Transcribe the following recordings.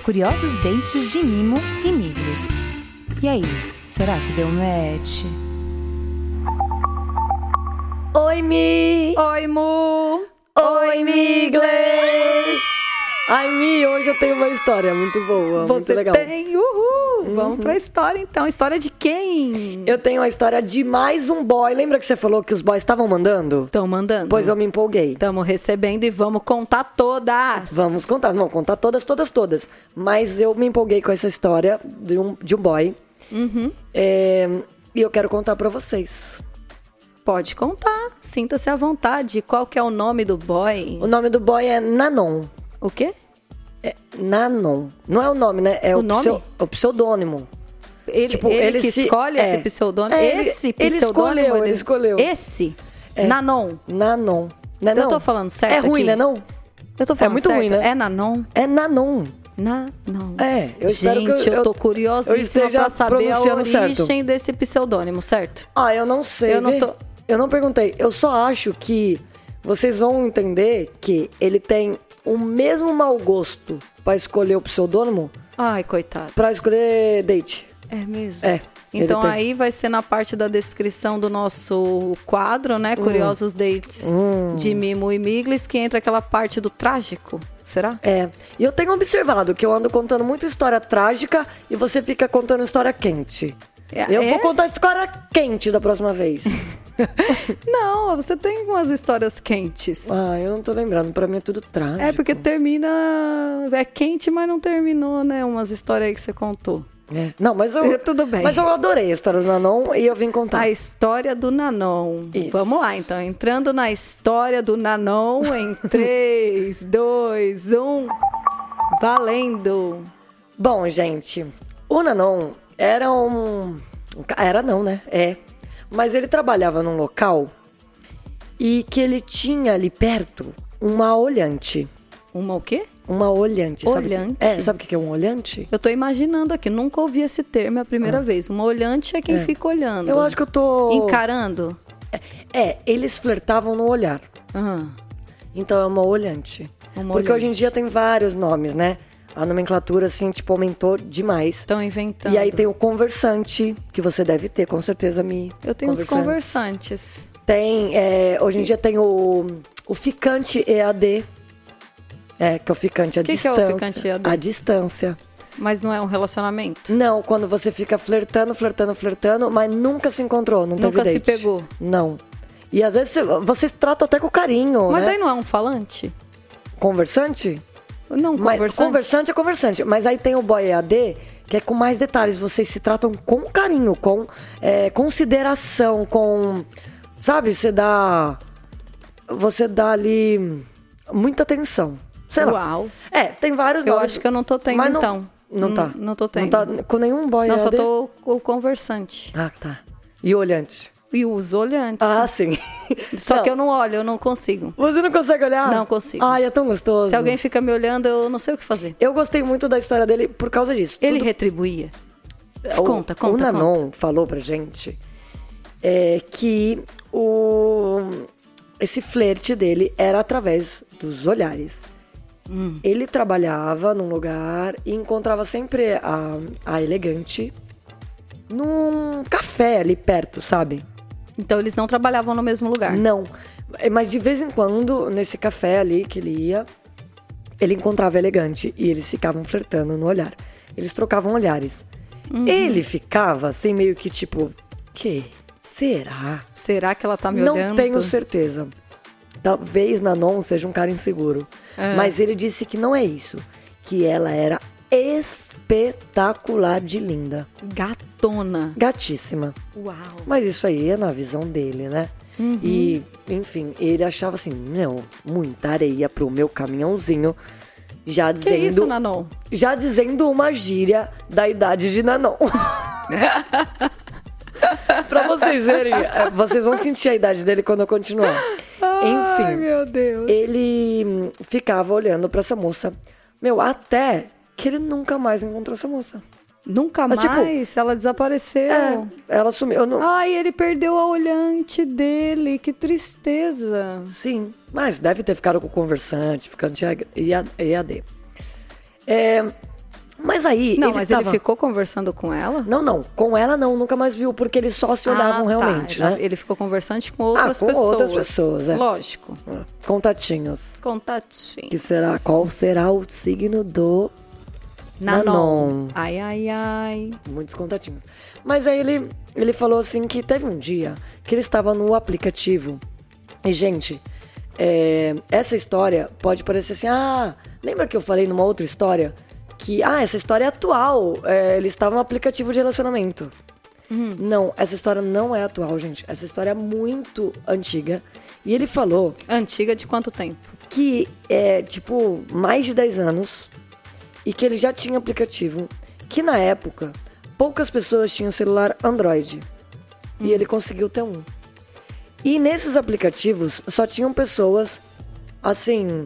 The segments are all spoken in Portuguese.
curiosos dates de Mimo e Miglis. E aí, será que deu match? Oi, Mi! Oi, Mu! Oi, Miglis! Ai, Mi, hoje eu tenho uma história muito boa, Você muito legal. tem? Uhul! Vamos pra história, então. História de quem? Eu tenho a história de mais um boy. Lembra que você falou que os boys estavam mandando? Estão mandando. Pois eu me empolguei. Estamos recebendo e vamos contar todas. Vamos contar. Não, contar todas. Mas eu me empolguei com essa história de um boy. E eu quero contar pra vocês. Pode contar. Sinta-se à vontade. Qual que é o nome do boy? O nome do boy é Nanon. O quê? É Nanon. Não é o nome, né? É O nome? o pseudônimo. Ele, Tipo, ele que se- escolhe é. esse pseudônimo? É, Esse ele pseudônimo? ele escolheu. Esse? Nanon. Nanon. Não é Eu não? tô falando certo É ruim, aqui? né não? Eu tô falando muito certo? ruim, né? É Nanon? É Nanon. Nanon. É, eu espero Gente, que eu tô curiosíssima esteja pra saber a pronunciando origem certo. desse pseudônimo, certo? Ah, eu não sei. Eu não vê? tô- Eu não perguntei. Eu só acho que vocês vão entender que ele tem o mesmo mau gosto pra escolher o pseudônimo Ai, coitado. pra escolher date. É mesmo? É. Então ele tem. aí vai ser na parte da descrição do nosso quadro, né? Curiosos Dates de Mimo e Miglis, que entra aquela parte do trágico. Será? É. E eu tenho observado que eu ando contando muita história trágica e você fica contando história quente. Eu vou contar história quente da próxima vez. Não, você tem umas histórias quentes. Ah, eu não tô lembrando. Pra mim é tudo trágico. É porque termina... É quente, mas não terminou, né? Umas histórias aí que você contou. É. Não, mas eu... Tudo bem. Mas eu adorei a história do Nanon e eu vim contar. A história do Nanon. Isso. Vamos lá, então. Entrando na história do Nanon em 3, 2, 1... Valendo! Bom, gente, o Nanon era um... Era não, né? É. Mas ele trabalhava num local e que ele tinha ali perto uma olhante. Uma o quê? Uma olhante. Olhante? Sabe o que é um olhante? Eu tô imaginando aqui, nunca ouvi esse termo a primeira vez. Uma olhante é quem fica olhando. Eu acho que eu tô... Encarando? Eles flertavam no olhar. Ah, Então é uma olhante. Uma Porque hoje em olhante. dia tem vários nomes, né? A nomenclatura, assim, tipo, aumentou demais. estão inventando. E aí tem o conversante, que você deve ter, com certeza, Eu tenho uns conversantes. Tem, hoje em dia tem o ficante EAD. Que é o ficante à Que é o distância. ficante EAD? À distância. Mas não é um relacionamento? Não, quando você fica flertando, mas nunca se encontrou, não Nunca teve se date. pegou? Não. E às vezes você trata até com carinho, Mas né? daí não é um falante? Conversante? Não, Mas conversante. é conversante. Mas aí tem o boy EAD, que é com mais detalhes. Vocês se tratam com carinho, com consideração, com... Sabe, você dá ali muita atenção. Sei lá. Uau. Tem vários Eu nomes, acho que eu não tô tendo, mas então. Não tá. Não tô tendo. Não tá com nenhum boy Não, só EAD? tô com o conversante. Ah, tá. E olhante? E os olhantes. Ah, sim. Só que eu não olho, eu não consigo. Você não consegue olhar? Não consigo. Ai, é tão gostoso. Se alguém fica me olhando, eu não sei o que fazer. Eu gostei muito da história dele por causa disso. Ele retribuía. Conta. O Nanon falou pra gente que esse flerte dele era através dos olhares. Ele trabalhava num lugar e encontrava sempre a elegante num café ali perto, sabe? Então eles não trabalhavam no mesmo lugar. Não, mas de vez em quando, nesse café ali que ele ia, ele encontrava a elegante e eles ficavam flertando no olhar. Eles trocavam olhares. Ele ficava assim, meio que tipo, que? Será? Será que ela tá me Não olhando? tenho certeza. Talvez Nanon seja um cara inseguro. Mas ele disse que não é isso. Que ela era espetacular de linda. Gatona. Gatíssima. Uau. Mas isso aí é na visão dele, né? E, enfim, ele achava assim, não, muita areia pro meu caminhãozinho. Já Que dizendo... isso, Nanon? Já dizendo uma gíria da idade de Nanon. Pra vocês verem, vocês vão sentir a idade dele quando eu continuar. Enfim, Ai, meu Deus. ele ficava olhando pra essa moça. Até que ele nunca mais encontrou essa moça. Nunca Mas, tipo, mais? Ela desapareceu. Ela sumiu. Eu não... Ai, ele perdeu a olhante dele. Que tristeza. Sim, mas deve ter ficado com o conversante, ficando EAD. Mas aí. Não, mas ele ficou conversando com ela? Não. Com ela não, nunca mais viu, porque eles só se olhavam realmente, né? Ele ficou conversante com outras com pessoas. outras pessoas, é. Lógico. Contatinhos. Contatinhos. Qual será o signo do Nanon? Ai. Muitos contatinhos. Mas aí ele falou assim que teve um dia que ele estava no aplicativo. E, gente, essa história pode parecer assim, lembra que eu falei numa outra história? Que, essa história é atual, ele estava no aplicativo de relacionamento. Não, essa história não é atual, gente. Essa história é muito antiga. E ele falou... Antiga de quanto tempo? Que é, mais de 10 anos. E que ele já tinha aplicativo. Que na época, poucas pessoas tinham celular Android. E ele conseguiu ter um. E nesses aplicativos, só tinham pessoas, assim...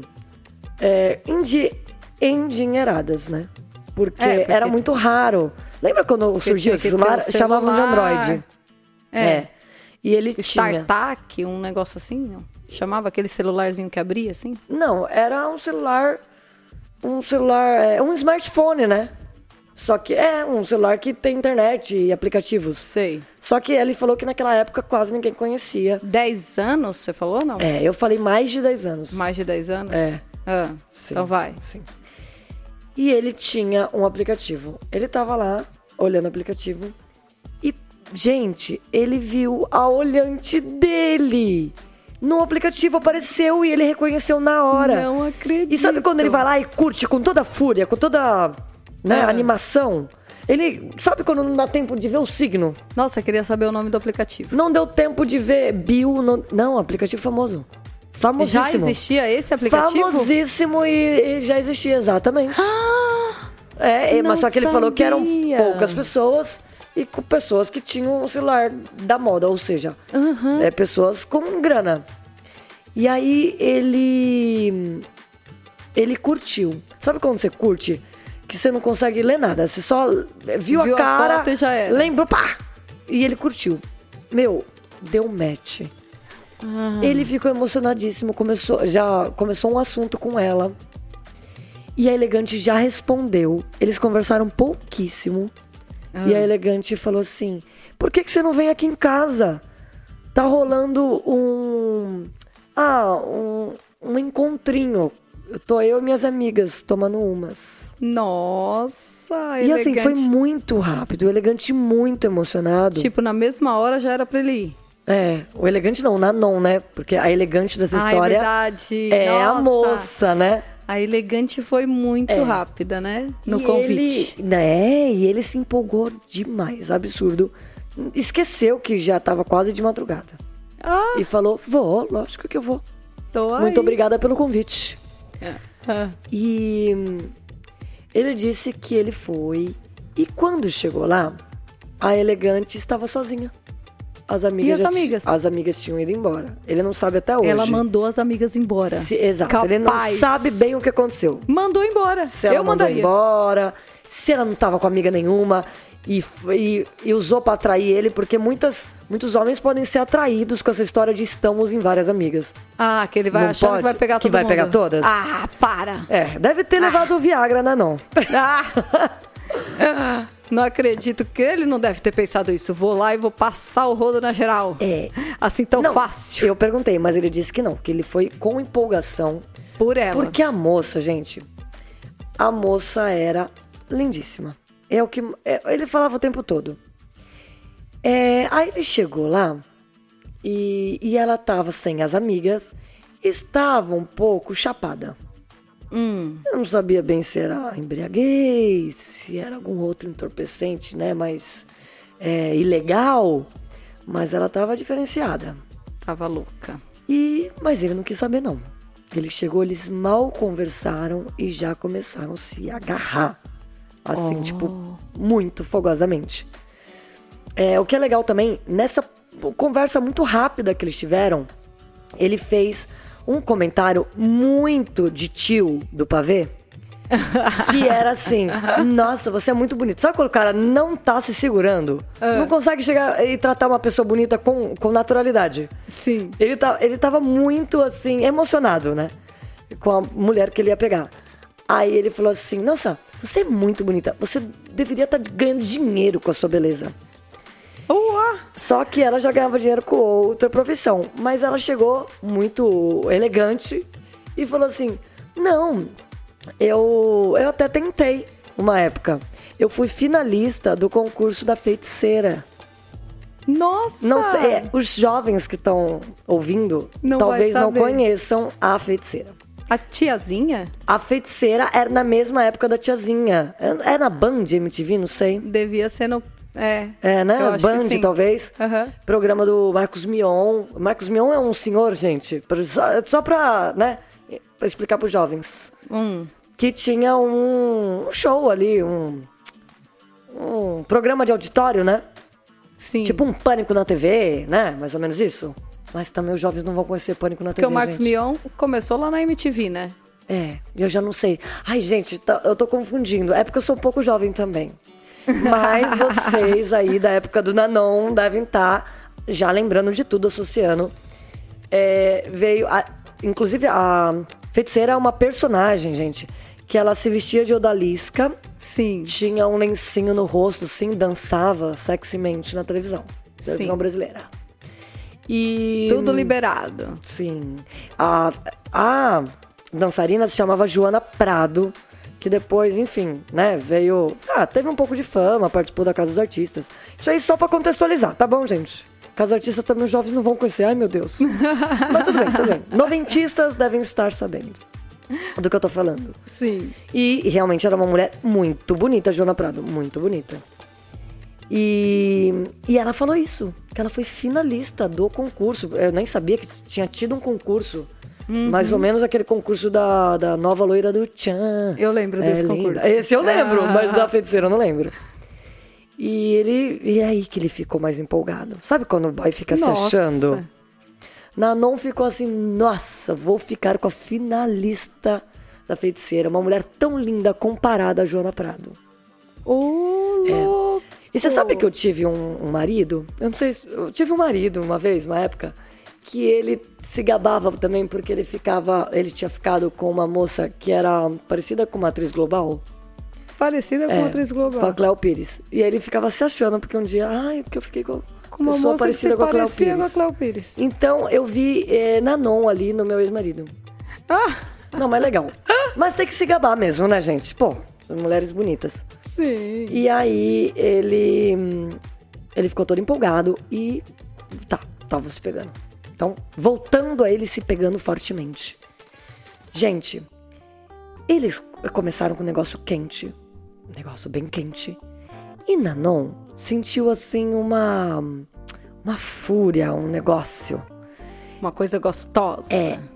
endinheiradas, né? Porque era muito raro. Lembra quando surgiu esse celular? Chamavam de Android. E ele tinha... StarTAC, um negócio assim, não? Chamava aquele celularzinho que abria, assim? Não, era um celular... um smartphone, né? Só que um celular que tem internet e aplicativos. Sei. Só que ele falou que naquela época quase ninguém conhecia. 10 anos, você falou, não? Eu falei mais de 10 anos. Mais de 10 anos? Sim, então vai. Sim. E ele tinha um aplicativo. Ele tava lá, olhando o aplicativo. E, gente, ele viu a olhante dele. No aplicativo apareceu e ele reconheceu na hora. Não acredito. E sabe quando ele vai lá e curte com toda a fúria, com toda animação? Ele, sabe quando não dá tempo de ver o signo? Nossa, eu queria saber o nome do aplicativo. Não deu tempo de ver bio. Não, aplicativo famoso. Famosíssimo. Já existia esse aplicativo? Famosíssimo e já existia, exatamente. Mas só que ele falou que eram poucas pessoas e com pessoas que tinham um celular da moda, ou seja, pessoas com grana. E aí ele curtiu. Sabe quando você curte? Que você não consegue ler nada, você só viu a cara, a foto e já era. Lembrou, pá! E ele curtiu. Meu, deu match. Ele ficou emocionadíssimo, já começou um assunto com ela. E a Elegante já respondeu. Eles conversaram pouquíssimo. E a Elegante falou assim: por que você não vem aqui em casa? Tá rolando um encontrinho. Tô eu e minhas amigas tomando umas. Nossa, e assim, foi muito rápido. O Elegante muito emocionado. Tipo, na mesma hora já era pra ele ir. O Elegante não, o Nanon, né? Porque a Elegante dessa história é verdade. A moça, né? A Elegante foi muito rápida, né? No convite. E ele se empolgou demais, absurdo. Esqueceu que já tava quase de madrugada. E falou, lógico que eu vou. Muito obrigada pelo convite. E ele disse que ele foi. E quando chegou lá, a Elegante estava sozinha. As amigas tinham ido embora. Ele não sabe até hoje. Ela mandou as amigas embora. Exato. Capaz. Ele não sabe bem o que aconteceu. Mandou embora. Se ela mandou embora, se ela não tava com amiga nenhuma e usou pra atrair ele, porque muitos homens podem ser atraídos com essa história de estamos em várias amigas. Que ele vai achar que vai pegar todo mundo. Que vai pegar todas? Para. Deve ter levado o Viagra, né, não? Não acredito que ele não deve ter pensado isso. Vou lá e vou passar o rodo na geral. Assim tão fácil. Eu perguntei, mas ele disse que não. Que ele foi com empolgação. Por ela. Porque a moça, gente... A moça era lindíssima. Ele falava o tempo todo. Aí ele chegou lá. E ela tava sem as amigas. Estava um pouco chapada. Eu não sabia bem se era embriaguez, se era algum outro entorpecente, né? Mas ilegal. Mas ela tava diferenciada. Tava louca. Mas ele não quis saber, não. Ele chegou, eles mal conversaram e já começaram a se agarrar. Assim, muito fogosamente. O que é legal também, nessa conversa muito rápida que eles tiveram, ele fez um comentário muito de tio do pavê, que era assim: nossa, você é muito bonito. Sabe quando o cara não tá se segurando? Não consegue chegar e tratar uma pessoa bonita com naturalidade. Sim. Ele tava muito, assim, emocionado, né? Com a mulher que ele ia pegar. Aí ele falou assim: nossa, você é muito bonita. Você deveria estar ganhando dinheiro com a sua beleza. Só que ela já ganhava dinheiro com outra profissão. Mas ela chegou muito elegante e falou assim, não, eu até tentei uma época. Eu fui finalista do concurso da feiticeira. Nossa! Não sei, os jovens que estão ouvindo talvez não conheçam a feiticeira. A tiazinha? A feiticeira era na mesma época da tiazinha. É na Band, MTV, não sei. Devia ser no... né? Band, talvez. Uhum. Programa do Marcos Mion. Marcos Mion é um senhor, gente. Só pra, né, pra explicar pros jovens. Que tinha um show ali, um programa de auditório, né? Sim. Tipo um Pânico na TV, né? Mais ou menos isso. Mas também os jovens não vão conhecer Pânico na TV, porque o Marcos Mion começou lá na MTV, né? Eu já não sei. Ai, gente, eu tô confundindo. É porque eu sou um pouco jovem também. Mas vocês aí da época do Nanon devem estar já lembrando de tudo, associando. Inclusive, a feiticeira é uma personagem, gente, que ela se vestia de odalisca. Sim. Tinha um lencinho no rosto, assim, dançava sexymente na televisão brasileira. E... tudo liberado. Sim. A dançarina se chamava Joana Prado, que depois, enfim, né, veio... teve um pouco de fama, participou da Casa dos Artistas. Isso aí só pra contextualizar, tá bom, gente? Casa dos Artistas também os jovens não vão conhecer, ai meu Deus. Mas tudo bem. Noventistas devem estar sabendo do que eu tô falando. Sim. E realmente era uma mulher muito bonita, Joana Prado, muito bonita. E ela falou isso, que ela foi finalista do concurso. Eu nem sabia que tinha tido um concurso. Mais ou menos aquele concurso da nova loira do Tchan. Eu lembro desse concurso. Esse eu lembro, mas da feiticeira eu não lembro. E aí que ele ficou mais empolgado. Sabe quando o boy fica se achando? Nanon ficou assim, nossa, vou ficar com a finalista da feiticeira. Uma mulher tão linda comparada a Joana Prado. Louco! E você sabe que eu tive um marido? Eu não sei, eu tive um marido uma vez, uma época, que ele se gabava também porque ele tinha ficado com uma moça que era parecida com uma atriz global. Parecida com uma atriz global. Com a Cléo Pires. E aí ele ficava se achando, porque um dia, porque eu fiquei com uma pessoa moça parecida que com a Cléo parecia Pires. com a Cléo Pires. Então eu vi Nanon ali no meu ex-marido. Não, mas legal. Mas tem que se gabar mesmo, né, gente? Pô, mulheres bonitas. Sim. E aí ele ficou todo empolgado e tava se pegando. Então, voltando a ele se pegando fortemente. Gente, eles começaram com um negócio quente. Um negócio bem quente. E Nanon sentiu, assim, uma fúria, um negócio. Uma coisa gostosa.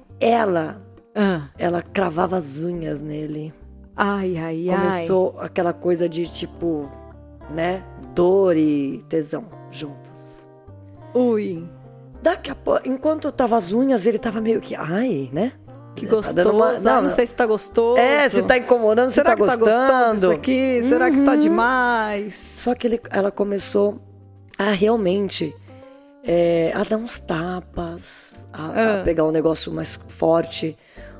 Ela cravava as unhas nele. Ai. Começou aquela coisa de, tipo, né? Dor e tesão juntos. Ui. Daqui a pouco, enquanto tava as unhas, ele tava meio que, né? Que gostoso. Não sei se tá gostoso. Se tá incomodando, se tá gostando. Será que tá gostoso isso aqui? Será que tá demais? Só que ela começou a realmente a dar uns tapas, a pegar um negócio mais forte.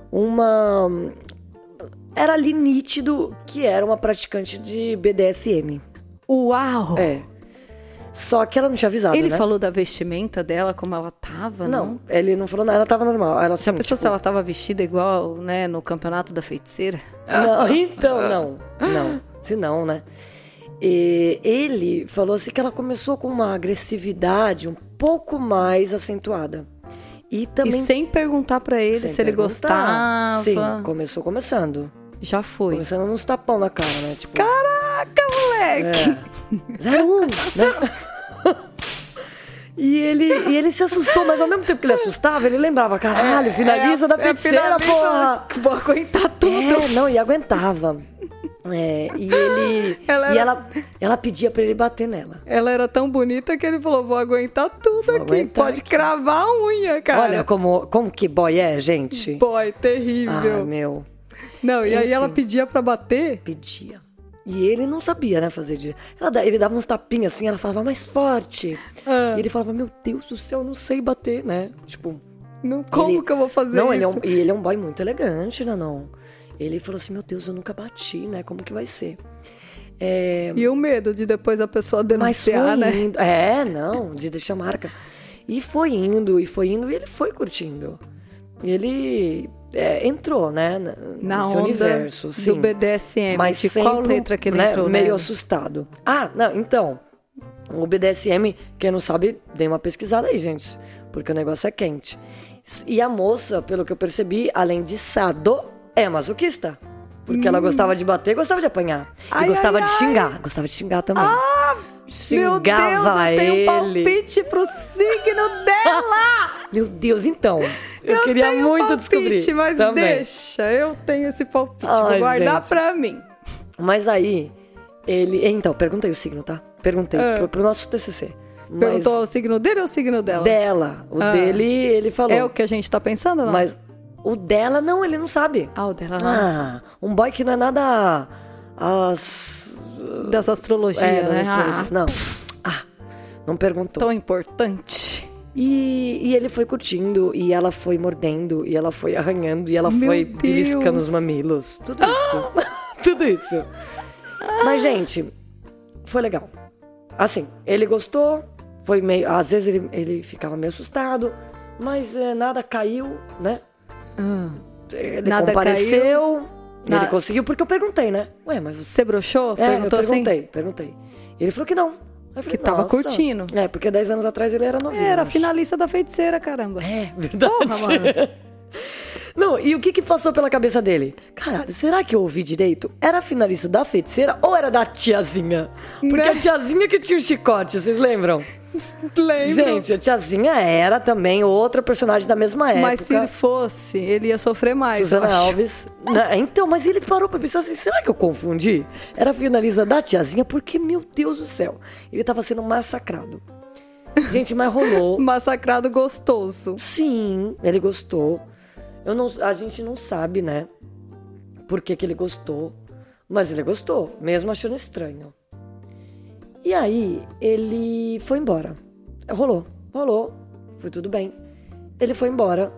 Era ali nítido que era uma praticante de BDSM. Uau! Só que ela não tinha avisado, Ele né? falou da vestimenta dela, como ela tava, não? Ele não falou nada, ela tava normal. Ela, já pensou se ela tava vestida igual, né, no campeonato da feiticeira? Não, então, não. Se não, né? E ele falou assim que ela começou com uma agressividade um pouco mais acentuada. E também... E sem perguntar pra ele se ele gostava. Sim, começando. Já foi. Começando nos tapão na cara, né? Tipo, caraca, moleque! 01, né? E ele se assustou, mas ao mesmo tempo que ele assustava, ele lembrava, caralho, finaliza da feiticeira, porra! Vou aguentar tudo. E aguentava. Ela pedia pra ele bater nela. Ela era tão bonita que ele falou, vou aguentar tudo aqui. Pode cravar a unha, cara. Olha como que boy é, gente. Boy, terrível. Meu. Não, e aí ela pedia pra bater? Pedia. E ele não sabia, né, fazer direito. Ele dava uns tapinhas assim, ela falava mais forte. E ele falava, meu Deus do céu, eu não sei bater, né? Tipo... Como que eu vou fazer isso? Ele é um boy muito elegante, não. Ele falou assim, meu Deus, eu nunca bati, né? Como que vai ser? E o medo de depois a pessoa denunciar, né? Indo. Não, de deixar marca. E foi indo, e ele foi curtindo. E ele entrou, né? Na nesse onda universo, sim. do BDSM. Mas de sempre, qual letra que ele né, entrou, meio né? assustado. Não, então... O BDSM, quem não sabe, dê uma pesquisada aí, gente. Porque o negócio é quente. E a moça, pelo que eu percebi, além de sado, é masoquista. Porque ela gostava de bater, gostava de apanhar. E gostava de xingar. Gostava de xingar também. Meu Deus, eu tenho um palpite pro signo dela! Meu Deus, então. Eu queria muito palpite, descobrir. Mas também. deixa, eu tenho esse palpite. Vou guardar pra mim. Mas aí, ele... Então, perguntei o signo, tá? Perguntei pro nosso TCC. Perguntou o signo dele ou o signo dela? Dela. O dele, ele falou. É o que a gente tá pensando, não? Mas o dela, não, ele não sabe. O dela não. Um boy que não é nada... Das astrologias, né? Não. Não perguntou. Tão importante. E ele foi curtindo, e ela foi mordendo, e ela foi arranhando, e ela foi beliscando os mamilos. Tudo isso. Tudo isso. Mas, gente, foi legal. Assim, ele gostou, foi meio... Às vezes ele ficava meio assustado, mas nada caiu, né? Ele nada compareceu, caiu. Ele conseguiu, porque eu perguntei, né? Ué, mas você broxou? Perguntou assim? Perguntei. Ele falou que não. Eu falei, que tava curtindo. Porque 10 anos atrás ele era novinho. Era finalista da Feiticeira, caramba. Verdade. Porra, mano. Não, e o que passou pela cabeça dele? Caralho, será que eu ouvi direito? Era finalista da Feiticeira ou era da tiazinha? Porque a tiazinha que tinha o chicote, vocês lembram? Lembro. Gente, a tiazinha era também outra personagem da mesma época. Mas se fosse, ele ia sofrer mais. Suzana Alves. Então, mas ele parou pra pensar assim, será que eu confundi? Era finalista da tiazinha porque, meu Deus do céu, ele tava sendo massacrado. Gente, mas rolou. Massacrado gostoso. Sim, ele gostou. A gente não sabe, né? Por que ele gostou. Mas ele gostou, mesmo achando estranho. E aí, ele foi embora. Rolou. Foi tudo bem. Ele foi embora.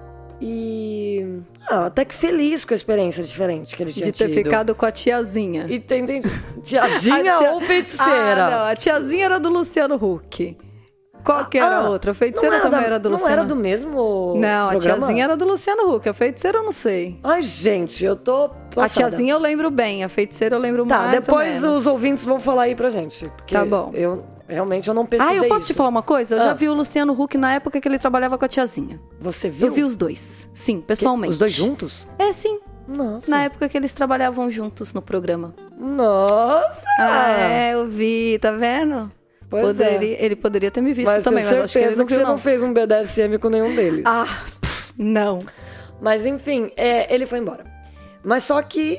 E... até que feliz com a experiência diferente que ele tinha tido. De ter ficado com a tiazinha. Entendi. Tiazinha ou feiticeira? Não, a tiazinha era do Luciano Huck. Qual que era a outra? A feiticeira também era do Luciano. Não era do mesmo Não, programa? A tiazinha era do Luciano Huck. A feiticeira eu não sei. Ai, gente, eu tô passada. A tiazinha eu lembro bem. A feiticeira eu lembro mais depois ou menos. os ouvintes vão falar aí pra gente. Tá bom. Eu não pesquisei eu posso isso. te falar uma coisa? Eu já vi o Luciano Huck na época que ele trabalhava com a tiazinha. Você viu? Eu vi os dois. Sim, pessoalmente. Os dois juntos? Sim. Nossa. Na época que eles trabalhavam juntos no programa. Nossa! Eu vi, tá vendo? Ele poderia ter me visto mas também, mas acho que ele não viu, você não fez um BDSM com nenhum deles. Não. Mas enfim, ele foi embora. Mas só que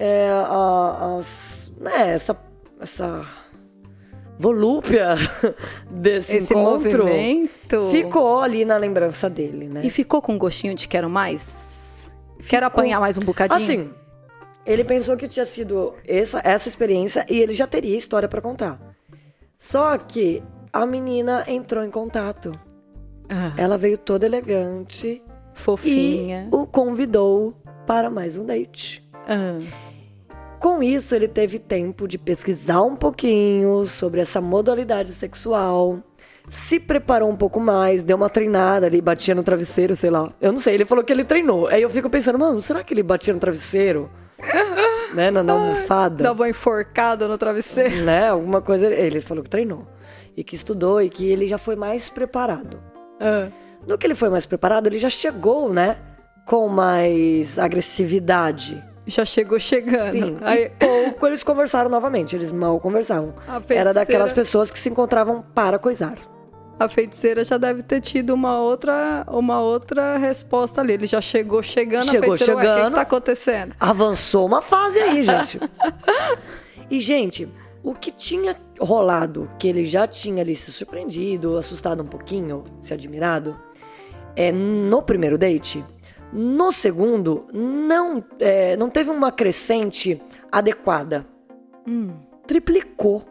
essa volúpia desse encontro movimento ficou ali na lembrança dele, né? E ficou com um gostinho de quero mais? Quero apanhar mais um bocadinho? Assim, ele pensou que tinha sido essa experiência e ele já teria história pra contar. Só que a menina entrou em contato. Ela veio toda elegante. Fofinha. E o convidou para mais um date. Com isso, ele teve tempo de pesquisar um pouquinho sobre essa modalidade sexual. Se preparou um pouco mais, deu uma treinada ali, batia no travesseiro, sei lá. Eu não sei, ele falou que ele treinou. Aí eu fico pensando, mano, será que ele batia no travesseiro? Né, na almofada. Dava uma enforcada no travesseiro. Né, alguma coisa. Ele falou que treinou. E que estudou e que ele já foi mais preparado. No que ele foi mais preparado, ele já chegou, né, com mais agressividade. Já chegou chegando. Sim. Aí... E pouco eles conversaram novamente. Eles mal conversavam. Era daquelas pessoas que se encontravam para coisar. A feiticeira já deve ter tido uma outra resposta ali. Ele já chegou chegando. A feiticeira, o que tá acontecendo? Avançou uma fase aí, gente. E, gente, o que tinha rolado, que ele já tinha ali se surpreendido, assustado um pouquinho, se admirado, no primeiro date, no segundo, não teve uma crescente adequada. Triplicou,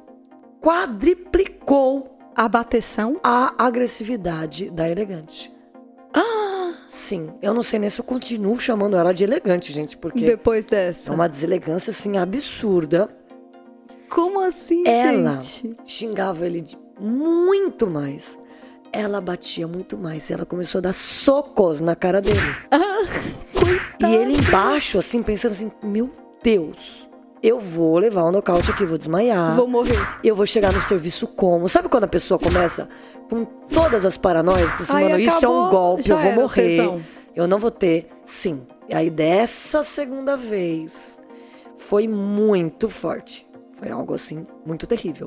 quadriplicou a bateção, a agressividade da elegante. Sim, eu não sei nem se eu continuo chamando ela de elegante, gente, porque Depois dessa. é uma deselegância, assim, absurda. Como assim, Ela gente? xingava ele muito mais. Ela batia muito mais. E ela começou a dar socos na cara dele. E ele embaixo, assim, pensando assim, meu Deus, eu vou levar um nocaute aqui, vou desmaiar. Vou morrer. Eu vou chegar no serviço como? Sabe quando a pessoa começa com todas as paranoias? Fala assim, Aí mano, isso é acabou, um golpe, já eu vou era o morrer. tesão. Eu não vou ter. Sim. E aí dessa segunda vez, foi muito forte. Foi algo assim, muito terrível.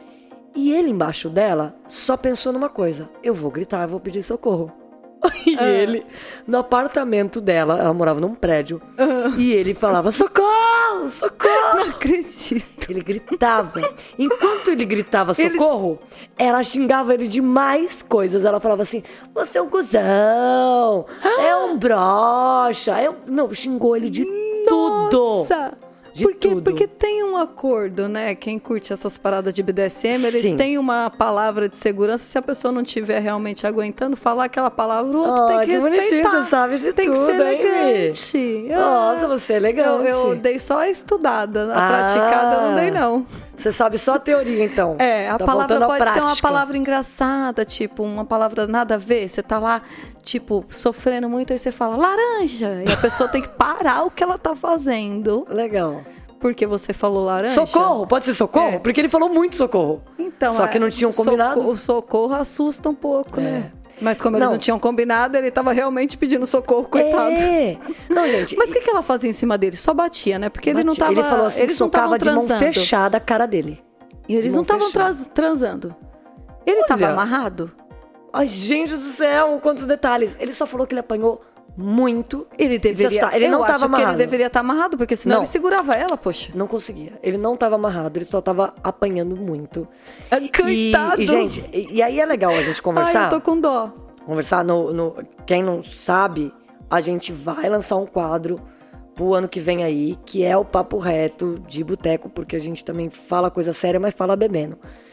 E ele embaixo dela só pensou numa coisa. Eu vou gritar, eu vou pedir socorro. E ele, no apartamento dela, ela morava num prédio, e ele falava, socorro, socorro. Não acredito. Ele gritava. Enquanto ele gritava socorro, ela xingava ele de mais coisas. Ela falava assim, você é um cuzão, é um broxa. Não, xingou ele de tudo. Nossa! De tudo. Porque tem um acordo, né? Quem curte essas paradas de BDSM, eles Sim. têm uma palavra de segurança. Se a pessoa não estiver realmente aguentando falar aquela palavra, o outro tem que que bonitinho, respeitar. você sabe de tem tudo, que ser hein, elegante. Nossa, você é elegante. Eu dei só a estudada, a praticada eu não dei, não. Você sabe só a teoria, então. É, a Tá palavra faltando a pode ser uma prática. palavra engraçada, tipo, uma palavra nada a ver. Você tá lá, tipo, sofrendo muito, aí você fala laranja. E a pessoa tem que parar o que ela tá fazendo. Legal. Porque você falou laranja. Socorro, pode ser socorro? É. Porque ele falou muito socorro. Então, Só que não tinham combinado. O socorro assusta um pouco, né? Mas como Não. eles não tinham combinado, ele tava realmente pedindo socorro, coitado. É. Não, gente. Mas o que ela fazia em cima dele? Só batia, né? Porque ele não tava. Ele falou assim, eles que não estavam socava de mão transando. fechada a cara dele. E eles de não mão estavam fechada. transando. Ele tava Olha. amarrado. Ai, gente do céu, quantos detalhes. Ele só falou que ele apanhou muito. Ele deveria. Ele não eu tava acho que amarrado. ele deveria estar amarrado, porque senão Não. ele segurava ela, poxa. Não conseguia. Ele não tava amarrado, ele só tava apanhando muito. Coitado. E gente, e aí é legal a gente conversar. Ai, eu tô com dó. Conversar no... Quem não sabe, a gente vai lançar um quadro pro ano que vem aí, que é o Papo Reto de Boteco, porque a gente também fala coisa séria, mas fala bebendo.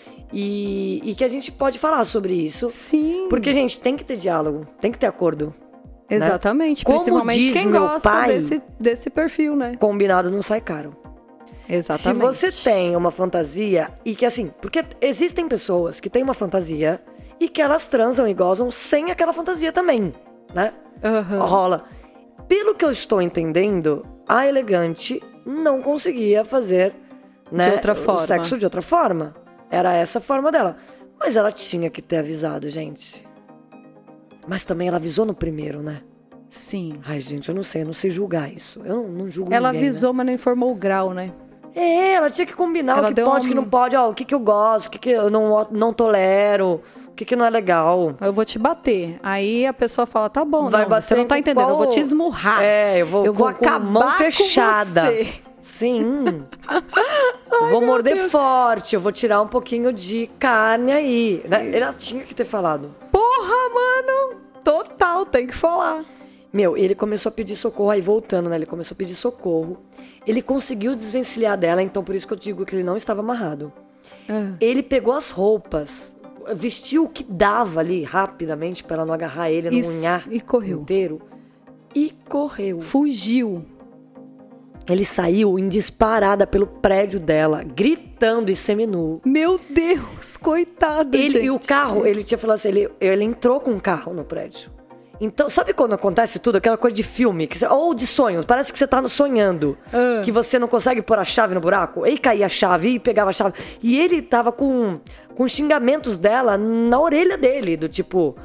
E que a gente pode falar sobre isso. Sim. Porque, gente, tem que ter diálogo, tem que ter acordo. Exatamente. Como Principalmente diz quem meu gosta pai, desse perfil, né? Combinado não sai caro. Exatamente. Se você tem uma fantasia e que assim, porque existem pessoas que têm uma fantasia e que elas transam e gozam sem aquela fantasia também, né? Aham. Rola. Pelo que eu estou entendendo, a Elegante não conseguia fazer, né, De outra o forma. sexo de outra forma. Era essa a forma dela. Mas ela tinha que ter avisado, gente. Mas também ela avisou no primeiro, né? Sim. Ai, gente, eu não sei julgar isso. Eu não julgo Ela ninguém, avisou, mas não informou o grau, né? né? É, ela tinha que combinar Ela o que deu pode, o que não pode, ó, o que eu gosto, o que eu não tolero, o que não é legal. Eu vou te bater. Aí a pessoa fala, tá bom, Vai não, bater você não tá com entendendo, eu vou qual- te esmurrar. É, eu vou com acabar mão fechada. com você. Sim. Eu vou morder forte, eu vou tirar um pouquinho de carne aí. Né? Ela tinha que ter falado. Porra, mano! Total, tem que falar. Meu, ele começou a pedir socorro, aí voltando, né? Ele começou a pedir socorro. Ele conseguiu desvencilhar dela, então por isso que eu digo que ele não estava amarrado. Ele pegou as roupas, vestiu o que dava ali rapidamente pra ela não agarrar ele, não unhar E correu. inteiro. E correu. Fugiu. Ele saiu em disparada pelo prédio dela, gritando e seminu. Meu Deus, coitado, gente. E o carro, ele tinha falado assim, ele entrou com um carro no prédio. Então, sabe quando acontece tudo? Aquela coisa de filme, ou de sonhos, parece que você tá sonhando, que você não consegue pôr a chave no buraco. Aí caía a chave, e pegava a chave. E ele tava com xingamentos dela na orelha dele, do tipo,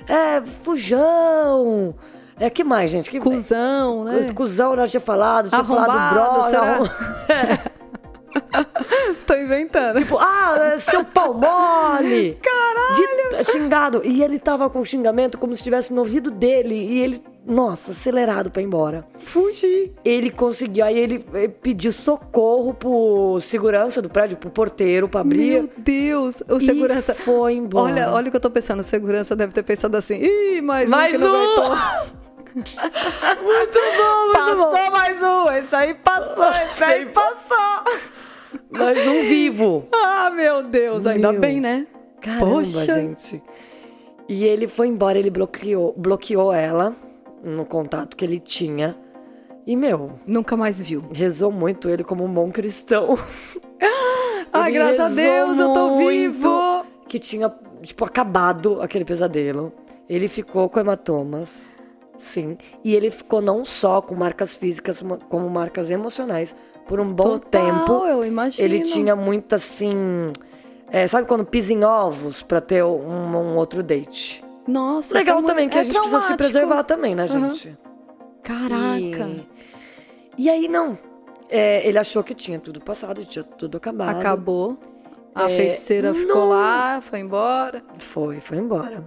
fujão... que mais, gente? Cusão, né? Cusão, ela tinha falado Arrombado, bro. será? Tô inventando. Tipo, seu pau mole! Caralho! Xingado. E ele tava com xingamento como se estivesse no ouvido dele. E ele, nossa, acelerado pra ir embora. Fugir. Ele conseguiu. Aí ele pediu socorro pro segurança do prédio, pro porteiro, pra abrir. Meu Deus. O segurança... E foi embora. Olha o que eu tô pensando. O segurança deve ter pensado assim. Ih, mais um que um! não aguentou. Muito bom, muito bom. Passou mais um. Esse aí passou. Esse aí passou. Mais um vivo. Ah, meu Deus. Ainda Meu. bem, né? Caramba, Poxa. gente. E ele foi embora, ele bloqueou ela, no contato que ele tinha. E, nunca mais viu. rezou muito ele como um bom cristão. Ai, graças a Deus, eu tô vivo! Que tinha, tipo, acabado aquele pesadelo. Ele ficou com hematomas, sim. E ele ficou não só com marcas físicas, como marcas emocionais. Por um bom tempo. Eu imagino. Ele tinha muito, assim... sabe quando pisa em ovos pra ter um outro date? Nossa, legal também, que a gente traumático. precisa se preservar também, né, gente? Caraca. E aí, não. Ele achou que tinha tudo passado, tinha tudo acabado. Acabou. A feiticeira ficou lá, foi embora. Foi embora.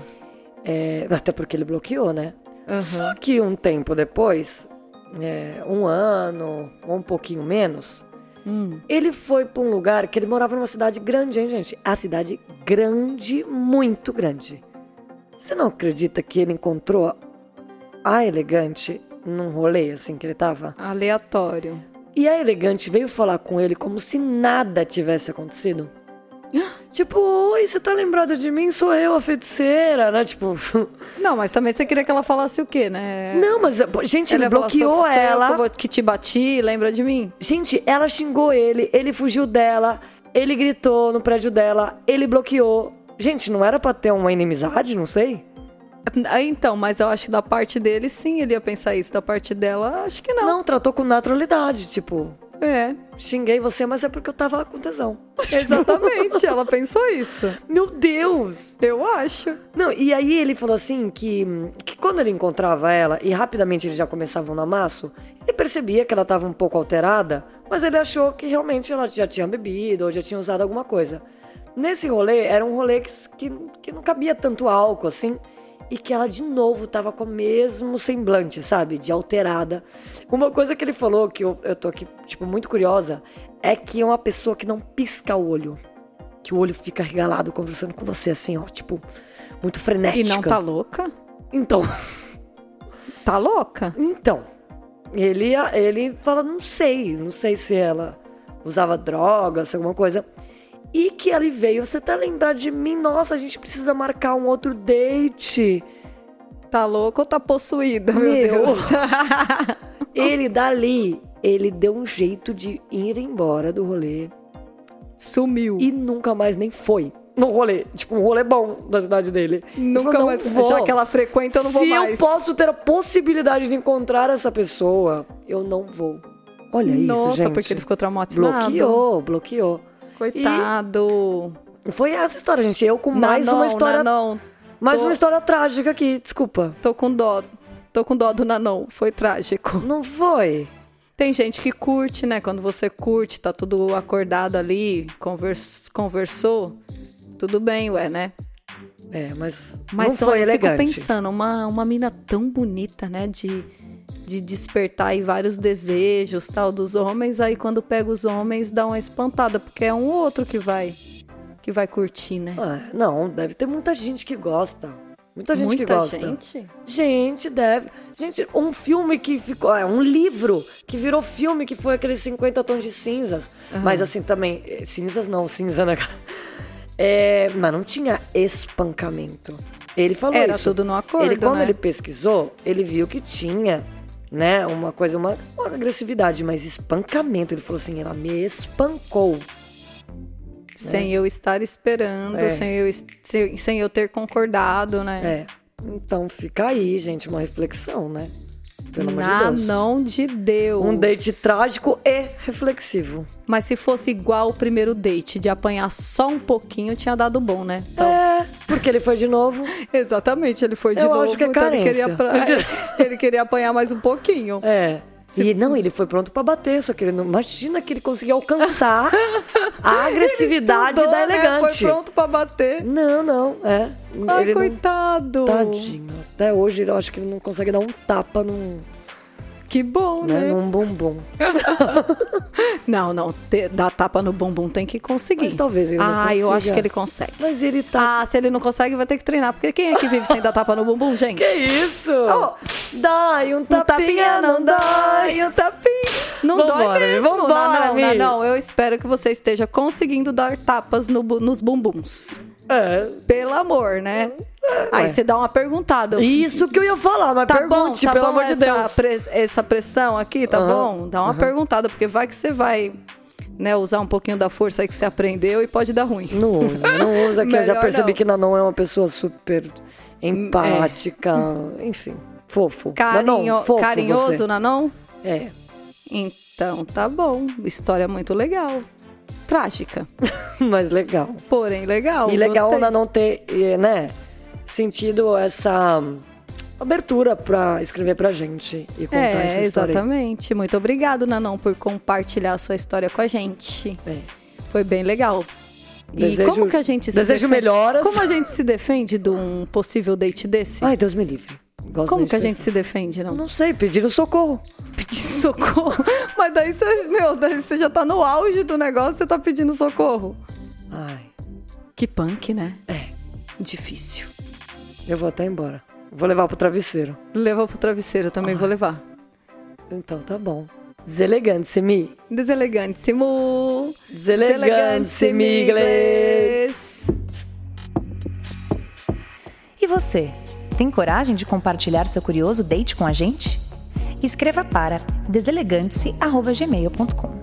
Até porque ele bloqueou, né? Só que um tempo depois, 1 ano ou um pouquinho menos, ele foi pra um lugar que ele morava numa cidade grande, hein, gente? A cidade grande, muito grande. Você não acredita que ele encontrou a Elegante num rolê, assim, que ele tava? Aleatório. E a Elegante veio falar com ele como se nada tivesse acontecido. Tipo, oi, você tá lembrada de mim? Sou eu, a feiticeira, né? Tipo... Não, mas também você queria que ela falasse o quê, né? Não, mas, gente, ele bloqueou ela. Eu que te bati, lembra de mim? Gente, ela xingou ele fugiu dela, ele gritou no prédio dela, ele bloqueou. Gente, não era pra ter uma inimizade, não sei? Então, mas eu acho que da parte dele, sim, ele ia pensar isso. Da parte dela, acho que não. Não, tratou com naturalidade, tipo... xinguei você, mas é porque eu tava com tesão. Exatamente, ela pensou isso. Meu Deus! Eu acho. Não, e aí ele falou assim que quando ele encontrava ela, e rapidamente eles já começavam no amasso, ele percebia que ela tava um pouco alterada, mas ele achou que realmente ela já tinha bebido ou já tinha usado alguma coisa. Nesse rolê, era um rolê que não cabia tanto álcool, assim, e que ela de novo tava com o mesmo semblante, sabe? De alterada. Uma coisa que ele falou, que eu tô aqui, tipo, muito curiosa, é que é uma pessoa que não pisca o olho. Que o olho fica regalado conversando com você, assim, ó, tipo, muito frenética. E não tá louca? Então. Tá louca? Então. Ele fala, não sei se ela usava drogas, alguma coisa. E que ele veio, você tá lembrado de mim? Nossa, a gente precisa marcar um outro date. Tá louca ou tá possuída, meu Deus? Ele dali, ele deu um jeito de ir embora do rolê. Sumiu. E nunca mais nem foi no rolê. Tipo, um rolê bom da cidade dele. Nunca mais vou. Já que ela frequenta, eu não vou mais. Se eu posso ter a possibilidade de encontrar essa pessoa, eu não vou. Olha isso, gente. Nossa, porque ele ficou traumatizado. Bloqueou. Coitado. E foi essa história, gente. Eu com mais uma história... Mais uma história trágica aqui, desculpa. Tô com dó do Nanon. Foi trágico. Não foi? Tem gente que curte, né? Quando você curte, tá tudo acordado ali, conversou, tudo bem, né? Mas não foi elegante. Eu fico pensando, uma mina tão bonita, né? De despertar aí vários desejos, tal, dos homens. Aí quando pega os homens, dá uma espantada, porque é um ou outro que vai curtir, né? Não, deve ter muita gente que gosta. Muita gente que gosta. Gente, deve. Gente, um filme que ficou... um livro que virou filme, que foi aqueles 50 tons de cinzas. Mas assim, também... Cinzas não, cinza, né, cara? Mas não tinha espancamento. Ele falou isso. Era tudo no acordo, Quando ele pesquisou, ele viu que tinha... né, uma agressividade, mas espancamento. Ele falou assim, ela me espancou. Sem eu estar esperando, sem eu ter concordado, né? Então fica aí, gente, uma reflexão, né? Pelo amor de Deus. Não de Deus. Um date trágico e reflexivo. Mas se fosse igual o primeiro date, de apanhar só um pouquinho, tinha dado bom, né? Então... porque ele foi de novo. Exatamente, ele foi de novo. Eu acho que é carência. Ele queria apanhar mais um pouquinho. Ele foi pronto pra bater, só que ele não... Imagina que ele conseguiu alcançar a agressividade da Elegante. Né? Foi pronto pra bater. Não. Ai, ele coitado. Tadinho. Até hoje eu acho que ele não consegue dar um tapa num... Que bom, né? Num bumbum. Não. Dar tapa no bumbum tem que conseguir. Mas talvez ele não consiga. Eu acho que ele consegue. Mas ele tá... se ele não consegue, vai ter que treinar. Porque quem é que vive sem dar tapa no bumbum, gente? Que isso? Dói, um tapinha não dói. Um tapinha não dói mesmo. Vambora, não. Eu espero que você esteja conseguindo dar tapas nos bumbuns. Pelo amor, né? Aí você dá uma perguntada. Isso que eu ia falar, mas pergunte, pelo amor de Deus. Essa pressão aqui, tá bom? Dá uma perguntada, porque vai que você vai, né, usar um pouquinho da força aí que você aprendeu e pode dar ruim. Não usa, que eu já percebi que Nanon é uma pessoa super empática, enfim, fofo. Fofo carinhoso, você. Nanon? É. Então, tá bom. História muito legal. Trágica. Mas legal. Porém, legal. E legal gostei. Nanon ter, né, sentido essa abertura pra escrever pra gente e contar essa história. Exatamente. Muito obrigado, Nanon, por compartilhar a sua história com a gente. Foi bem legal. E como que a gente se desejo melhoras. Como a gente se defende de um possível date desse? Ai, Deus me livre. Como que a gente se defende, não? Não sei, pedindo socorro. Pedindo socorro? Mas daí você já tá no auge do negócio, você tá pedindo socorro. Ai. Que punk, né? Difícil. Eu vou até embora. Vou levar pro travesseiro. Leva pro travesseiro, também vou levar. Então tá bom. Deselegante-me. Deselegante-mo. Deselegante-me, inglês. E você? Tem coragem de compartilhar seu curioso date com a gente? Escreva para deselegante-se@gmail.com.